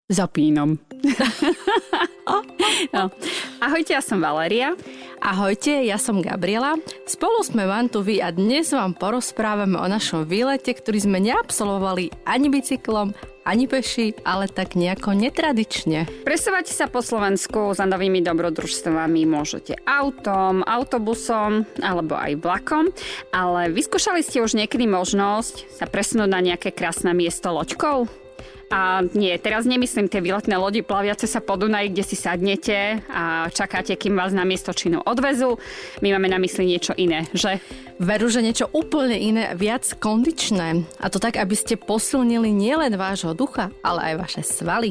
zapínam. No. Ahojte, ja som Valéria. Ahojte, ja som Gabriela. Spolu sme Vantuvi a dnes vám porozprávame o našom výlete, ktorý sme neabsolvovali ani bicyklom, ani peši, ale tak nejako netradične. Presúvať sa po Slovensku s novými dobrodružstvami môžete autom, autobusom alebo aj vlakom, ale vyskúšali ste už niekedy možnosť sa presunúť na nejaké krásne miesto loďkou? A nie, teraz nemyslím tie výletné lodi plaviace sa po Dunaji, kde si sadnete a čakáte, kým vás na miesto činu odvezú. My máme na mysli niečo iné, že? Veru, že niečo úplne iné, viac kondičné. A to tak, aby ste posilnili nielen vášho ducha, ale aj vaše svaly.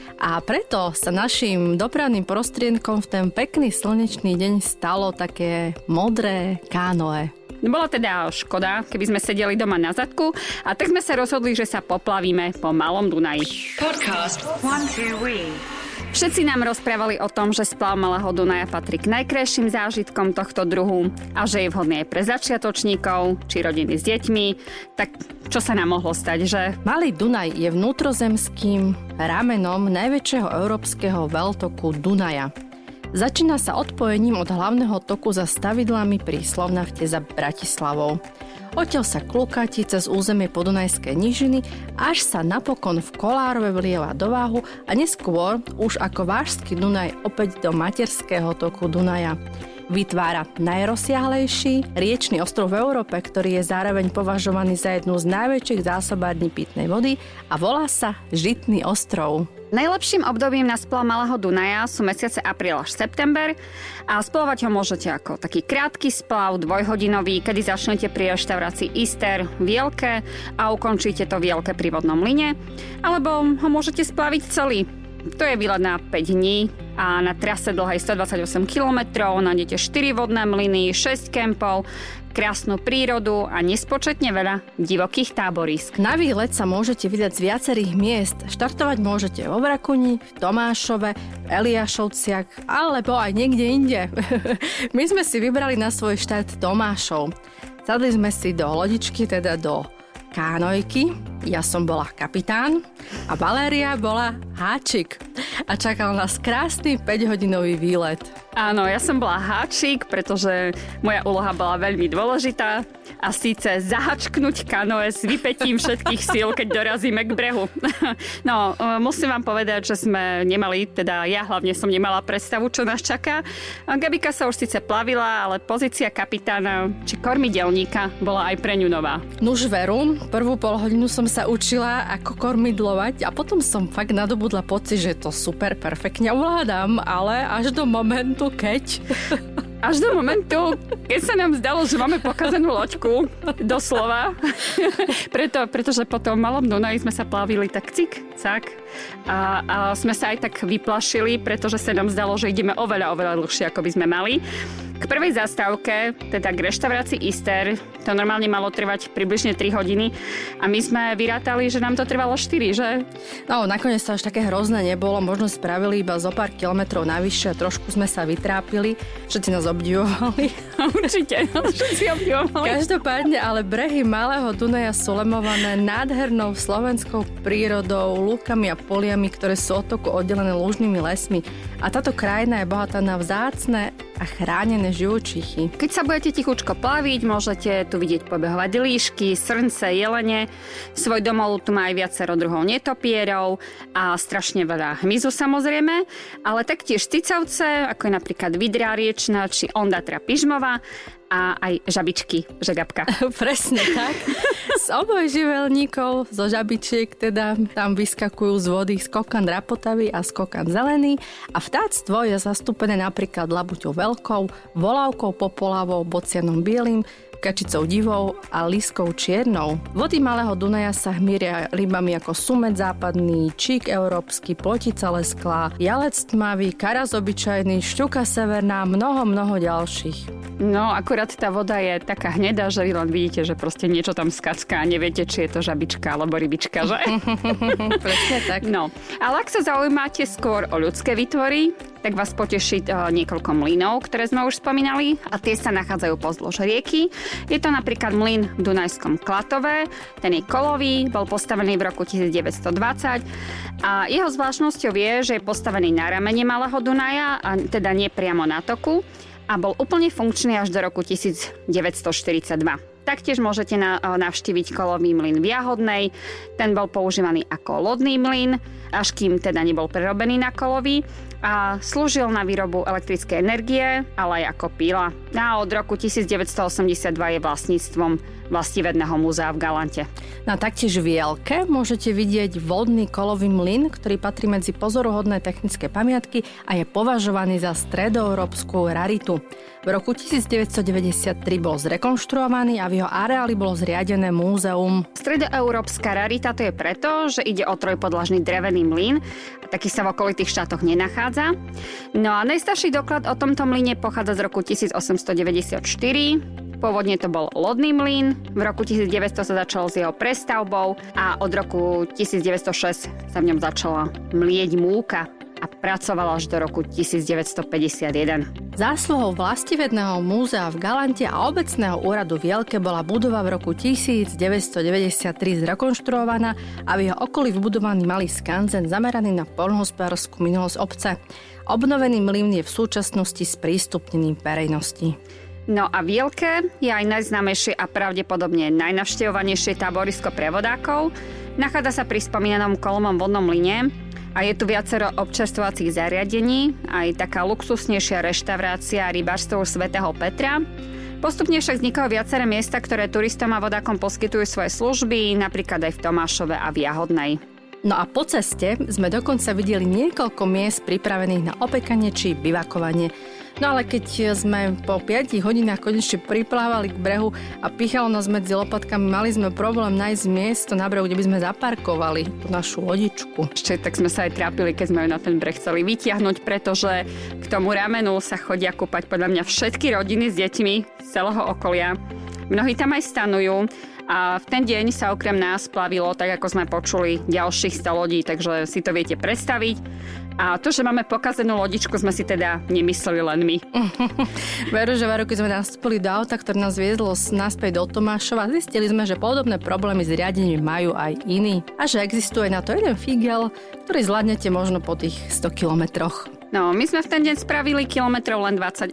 A preto sa našim dopravným prostriedkom v ten pekný slnečný deň stalo také modré kánoe. Bola teda škoda, keby sme sedeli doma na zadku, a tak sme sa rozhodli, že sa poplavíme po Malom Dunaji. Podcast One, Two, Všetci nám rozprávali o tom, že splav Malého Dunaja patrí k najkrajším zážitkom tohto druhu a že je vhodný aj pre začiatočníkov či rodiny s deťmi. Tak čo sa nám mohlo stať, že? Malý Dunaj je vnútrozemským ramenom najväčšieho európskeho veľtoku Dunaja. Začína sa odpojením od hlavného toku za stavidlami pri Slovnafte za Bratislavou. Odtiaľ sa klukatí cez územie podunajskej nížiny, až sa napokon v Kolárove vlieva do Váhu a neskôr už ako Vážsky Dunaj opäť do materského toku Dunaja. Vytvára najrozsiahlejší riečny ostrov v Európe, ktorý je zároveň považovaný za jednu z najväčších zásobární pitnej vody a volá sa Žitný ostrov. Najlepším obdobím na splav Malého Dunaja sú mesiace apríl až september a splavovať ho môžete ako taký krátky splav, dvojhodinový, kedy začnete pri reštaurácii Ister v Jelke a ukončíte to v Jelke pri vodnom mlyne, alebo ho môžete splaviť celý. To je výlet na 5 dní a na trase dlhej 128 km nájdete 4 vodné mlyny, 6 kempov, krásnu prírodu a nespočetne veľa divokých táborisk. Na výlet sa môžete vydať z viacerých miest. Štartovať môžete vo Vrakuni, v Tomášove, v Eliášovciach alebo aj niekde inde. My sme si vybrali na svoj štart Tomášov. Sadli sme si do lodičky, teda do kánojky. Ja som bola kapitán a Valéria bola háčik. A čakal nás krásny 5-hodinový výlet. Áno, ja som bola háčik, pretože moja úloha bola veľmi dôležitá a síce zahačknúť kanoe s vypätím všetkých síl, keď dorazíme k brehu. No, musím vám povedať, že sme nemali, teda ja hlavne som nemala predstavu, čo nás čaká. Gabika sa už síce plavila, ale pozícia kapitána či kormidelníka bola aj pre ňu nová. Nuž veru, prvú polhodinu som sa učila, ako kormidlovať a potom som fakt nadobudla pocit, že to super perfektne ovládam, ale až do momentu, keď sa nám zdalo, že máme pokazenú loďku, doslova. Pretože po tom Malom Dunaji sme sa plavili tak cak a sme sa aj tak vyplašili, pretože sa nám zdalo, že ideme oveľa dlhšie, ako by sme mali. K prvej zastávke, teda k reštaurácii Ister, to normálne malo trvať približne 3 hodiny a my sme vyrátali, že nám to trvalo 4, že? No, nakoniec to až také hrozné nebolo, možno spravili iba zo pár kilometrov navyše a trošku sme sa vytrápili, všetci nás obdivovali. Určite, všetci obdivovali. Každopádne, ale brehy Malého Dunaja sú lemované nádhernou slovenskou prírodou, lúkami a poliami, ktoré sú od toku oddelené lúžnymi lesmi. A táto krajina je bohatá na vzácne a chránené živočíchy. Keď sa budete tichučko plaviť, môžete tu vidieť pobehovať líšky, srnce, jelene. Svoj domov tu má aj viacero druhov netopierov a strašne veľa hmyzu samozrejme, ale taktiež cicavce, ako je napríklad vidra riečna či ondatra pyžmová a aj žabičky, že Gabka. Presne tak. Z obojživelníkov, zo žabičiek teda tam vyskakujú z vody skokan rapotavý a skokan zelený a vtáctvo je zastúpené napríklad labuťou veľkou, volávkou popolavou, bocianom bielým, kačicou divou a lískou čiernou. Vody Malého Dunaja sa hmíria rybami ako sumet západný, čík európsky, plotica lesklá, jalec tmavý, karaz obyčajný, šťuka severná, mnoho ďalších. No, akurát tá voda je taká hnedá, že vy len vidíte, že proste niečo tam skacká a neviete, či je to žabička alebo rybička, že? Presne tak. No, ale ak sa zaujímate skôr o ľudské výtvory, tak vás poteší niekoľko mlynov, ktoré sme už spomínali a tie sa nachádzajú pozdĺž rieky. Je to napríklad mlyn v Dunajskom Klatove, ten je kolový, bol postavený v roku 1920 a jeho zvláštnosťou je, že je postavený na ramene Malého Dunaja, a teda nie priamo na toku a bol úplne funkčný až do roku 1942. Taktiež môžete navštíviť kolový mlyn v Jahodnej. Ten bol používaný ako lodný mlyn, až kým teda nebol prerobený na kolový a slúžil na výrobu elektrickej energie, ale aj ako píla. A od roku 1982 je vlastníctvom Vlastivedného múzea v Galante. No a taktiež v Jelke môžete vidieť vodný kolový mlyn, ktorý patrí medzi pozoruhodné technické pamiatky a je považovaný za stredoeurópsku raritu. V roku 1993 bol zrekonštruovaný a v jeho areáli bolo zriadené múzeum. Stredoeurópska rarita to je preto, že ide o trojpodlažný drevený mlyn, taký sa v okolitých štátoch nenachádza. No a najstarší doklad o tomto mlyne pochádza z roku 1894. Pôvodne to bol lodný mlyn, v roku 1900 sa začalo s jeho prestavbou a od roku 1906 sa v ňom začala mlieť múka a pracovala až do roku 1951. Zásluhou Vlastivedného múzea v Galante a obecného úradu v Jelke bola budova v roku 1993 zrekonštruovaná a v jeho okolí vybudovaný malý skanzen zameraný na poľnohospodársku minulosť obce. Obnovený mlyn je v súčasnosti sprístupnený verejnosti. No a v Jelke je aj najznámejšie a pravdepodobne najnavštevovanejšie táborisko pre vodákov. Nachádza sa pri spomínanom kolovom vodnom mlyne a je tu viacero občerstvovacích zariadení, aj taká luxusnejšia reštaurácia rybárstvo svätého Petra. Postupne však vznikajú viaceré miesta, ktoré turistom a vodákom poskytujú svoje služby, napríklad aj v Tomášove a v Jahodnej. No a po ceste sme dokonca videli niekoľko miest pripravených na opekanie či bivakovanie. No ale keď sme po 5 hodinách konečne priplávali k brehu a pichalo nás medzi lopatkami, mali sme problém nájsť miesto na brehu, kde by sme zaparkovali tú našu lodičku. Ešte tak sme sa aj trápili, keď sme ju na ten breh chceli vytiahnuť, pretože k tomu ramenu sa chodia kúpať podľa mňa všetky rodiny s deťmi z celého okolia. Mnohí tam aj stanujú. A v ten deň sa okrem nás plavilo, tak ako sme počuli, ďalších 100 lodí, takže si to viete predstaviť. A to, že máme pokazenú lodičku, sme si teda nemysleli len my. Veru, že keď sme nastúpili do auta, ktoré nás viezlo naspäť do Tomášova, zistili sme, že podobné problémy s riadením majú aj iní. A že existuje na to jeden figel, ktorý zvládnete možno po tých 100 kilometroch. No, my sme v ten deň spravili kilometrov len 28,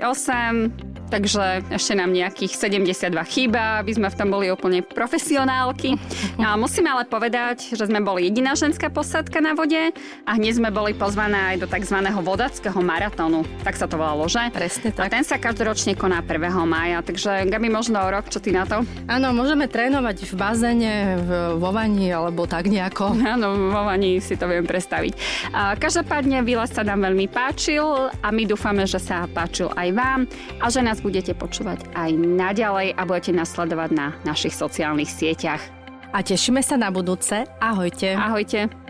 takže ešte nám nejakých 72 chýba, aby sme v tom boli úplne profesionálky. A musíme ale povedať, že sme boli jediná ženská posádka na vode a hneď sme boli pozvané aj do tzv. Vodáckeho maratónu. Tak sa to volalo, že? Presne tak. A ten sa každoročne koná 1. mája, takže Gabi, možno o rok, čo ty na to? Áno, môžeme trénovať v bazéne, vo vani alebo tak nejako. Áno, vo vani si to viem predstaviť. A každopádne výlet sa nám veľmi páčil a my dúfame, že sa páčil aj vám a že nás budete počúvať aj naďalej a budete nás sledovať na našich sociálnych sieťach. A tešíme sa na budúce. Ahojte. Ahojte.